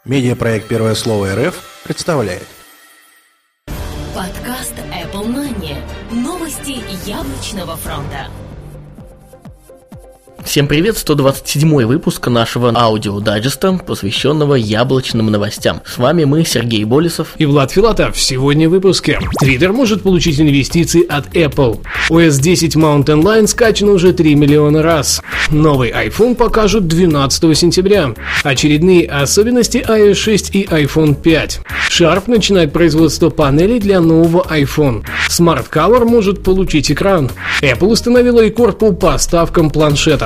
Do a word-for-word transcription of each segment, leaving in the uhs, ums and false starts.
Медиапроект «Первое слово РФ» представляет. Подкаст Apple Money. Новости яблочного фронта. Всем привет, сто двадцать седьмой выпуск нашего аудиодайджеста, посвященного яблочным новостям. С вами мы, Сергей Болесов и Влад Филатов. Сегодня в выпуске. Twitter может получить инвестиции от Apple. о эс десять Mountain Lion скачано уже три миллиона раз. Новый iPhone покажут двенадцатого сентября. Очередные особенности ай о эс шесть и айфон пять. Sharp начинает производство панелей для нового iPhone. Smart Cover может получить экран. Apple установила рекорд по поставкам планшетов.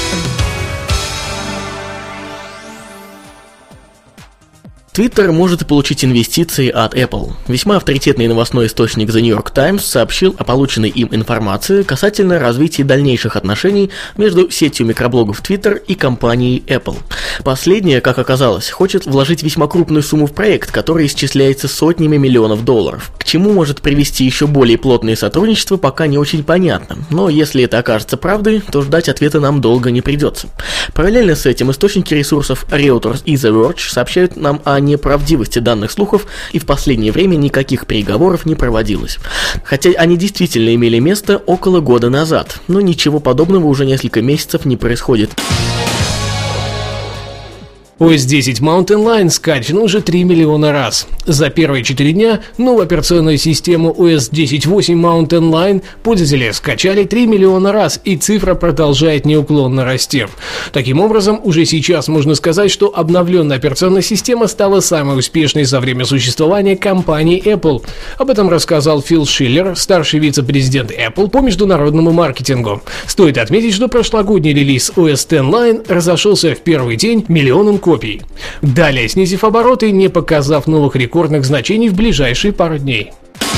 Twitter может получить инвестиции от Apple. Весьма авторитетный новостной источник The New York Times сообщил о полученной им информации касательно развития дальнейших отношений между сетью микроблогов Twitter и компанией Apple. Последняя, как оказалось, хочет вложить весьма крупную сумму в проект, который исчисляется сотнями миллионов долларов. К чему может привести еще более плотное сотрудничество, пока не очень понятно, но если это окажется правдой, то ждать ответа нам долго не придется. Параллельно с этим источники ресурсов Reuters и The Verge сообщают нам о неправдивости данных слухов, и в последнее время никаких переговоров не проводилось. Хотя они действительно имели место около года назад, но ничего подобного уже несколько месяцев не происходит. о эс десять Mountain Lion скачано уже три миллиона раз. За первые четыре дня новую операционную систему о эс десять точка восемь Mountain Lion пользователи скачали три миллиона раз, и цифра продолжает неуклонно расти. Таким образом, уже сейчас можно сказать, что обновленная операционная система стала самой успешной за время существования компании Apple. Об этом рассказал Фил Шиллер, старший вице-президент Apple по международному маркетингу. Стоит отметить, что прошлогодний релиз о эс десять Lion разошелся в первый день миллионом копий. Копий. Далее, снизив обороты, не показав новых рекордных значений в ближайшие пару дней.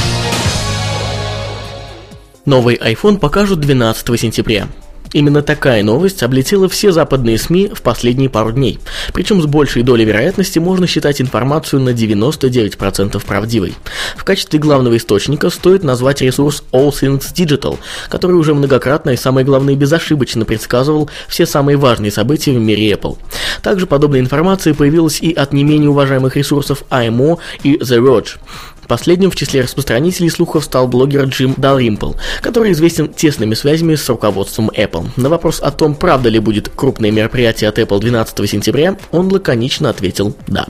Новый iPhone покажут двенадцатого сентября. Именно такая новость облетела все западные СМИ в последние пару дней. Причем с большей долей вероятности можно считать информацию на девяносто девять процентов правдивой. В качестве главного источника стоит назвать ресурс All Things Digital, который уже многократно и, самое главное, безошибочно предсказывал все самые важные события в мире Apple. Также подобная информация появилась и от не менее уважаемых ресурсов ай эм о и The Verge. Последним в числе распространителей слухов стал блогер Джим Далримпл, который известен тесными связями с руководством Apple. На вопрос о том, правда ли будет крупное мероприятие от Apple двенадцатого сентября, он лаконично ответил «да».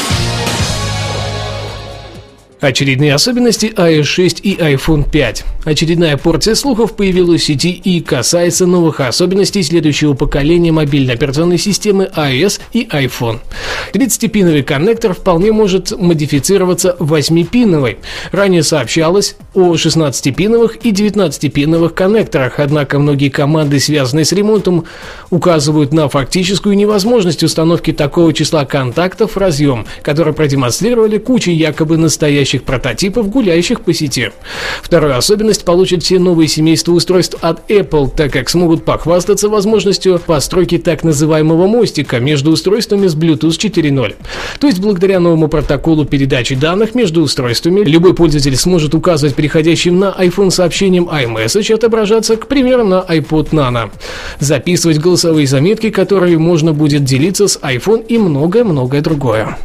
Очередные особенности ай о эс шесть и айфон пять. Очередная порция слухов появилась в сети и касается новых особенностей следующего поколения мобильной операционной системы iOS и iPhone. тридцатипиновый коннектор вполне может модифицироваться в восьмипиновый. Ранее сообщалось о шестнадцатипиновых и девятнадцатипиновых коннекторах, однако многие команды, связанные с ремонтом, указывают на фактическую невозможность установки такого числа контактов в разъем, которые продемонстрировали кучу якобы настоящих прототипов, гуляющих по сети. Вторую особенность получат все новые семейства устройств от Apple, так как смогут похвастаться возможностью постройки так называемого мостика между устройствами с Bluetooth четыре ноль. То есть благодаря новому протоколу передачи данных между устройствами любой пользователь сможет указывать приходящим на iPhone сообщением iMessage отображаться, к примеру, на iPod Nano, записывать голосовые заметки, которые можно будет делиться с iPhone и многое-многое другое.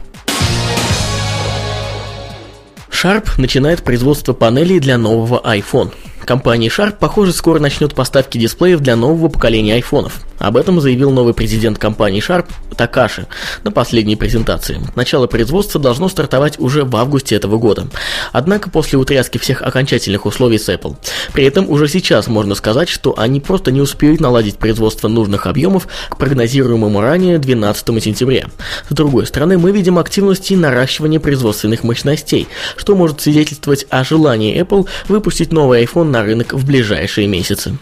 Sharp начинает производство панелей для нового iPhone. Компания Sharp, похоже, скоро начнет поставки дисплеев для нового поколения айфонов. Об этом заявил новый президент компании Sharp Такаши на последней презентации. Начало производства должно стартовать уже в августе этого года. Однако после утряски всех окончательных условий с Apple. При этом уже сейчас можно сказать, что они просто не успеют наладить производство нужных объемов к прогнозируемому ранее двенадцатого сентября. С другой стороны, мы видим активность и наращивание производственных мощностей, что может свидетельствовать о желании Apple выпустить новый iPhone на рынок в ближайшие месяцы.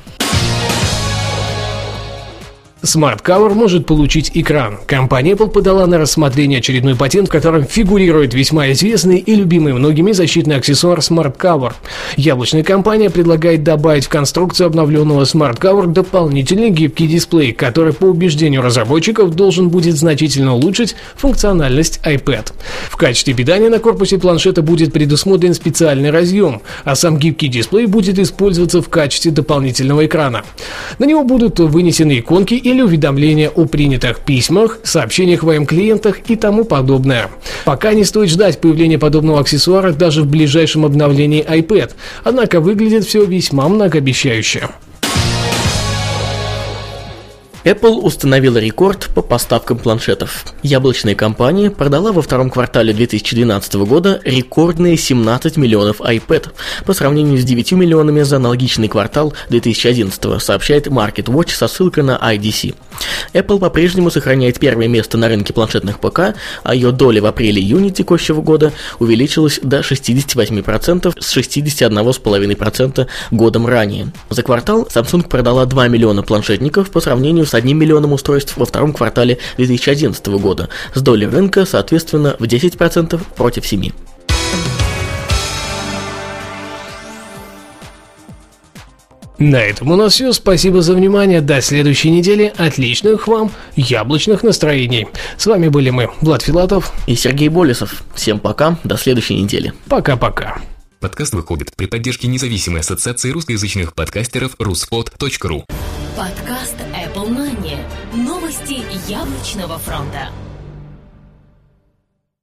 Smart Cover может получить экран. Компания Apple подала на рассмотрение очередной патент, в котором фигурирует весьма известный и любимый многими защитный аксессуар Smart Cover. Яблочная компания предлагает добавить в конструкцию обновленного Smart Cover дополнительный гибкий дисплей, который, по убеждению разработчиков, должен будет значительно улучшить функциональность iPad. В качестве питания на корпусе планшета будет предусмотрен специальный разъем, а сам гибкий дисплей будет использоваться в качестве дополнительного экрана. На него будут вынесены иконки и или уведомления о принятых письмах, сообщениях в АИМ-клиентах и тому подобное. Пока не стоит ждать появления подобного аксессуара даже в ближайшем обновлении iPad, однако выглядит все весьма многообещающе. Apple установила рекорд по поставкам планшетов. Яблочная компания продала во втором квартале две тысячи двенадцатого года рекордные семнадцать миллионов iPad по сравнению с девятью миллионами за аналогичный квартал две тысячи одиннадцатого, сообщает MarketWatch со ссылкой на ай ди си. Apple по-прежнему сохраняет первое место на рынке планшетных ПК, а ее доля в апреле-июне текущего года увеличилась до шестьдесят восемь процентов с шестьдесят один целых пять десятых процента годом ранее. За квартал Samsung продала два миллиона планшетников по сравнению с одним миллионом устройств во втором квартале две тысячи одиннадцатого года, с долей рынка, соответственно, в десять процентов против семи процентов. На этом у нас все. Спасибо за внимание. До следующей недели. Отличных вам яблочных настроений. С вами были мы, Влад Филатов и Сергей Болесов. Всем пока. До следующей недели. Пока-пока. Подкаст выходит при поддержке независимой ассоциации русскоязычных подкастеров руспод точка ру. Подкаст Apple Money. Новости яблочного фронта.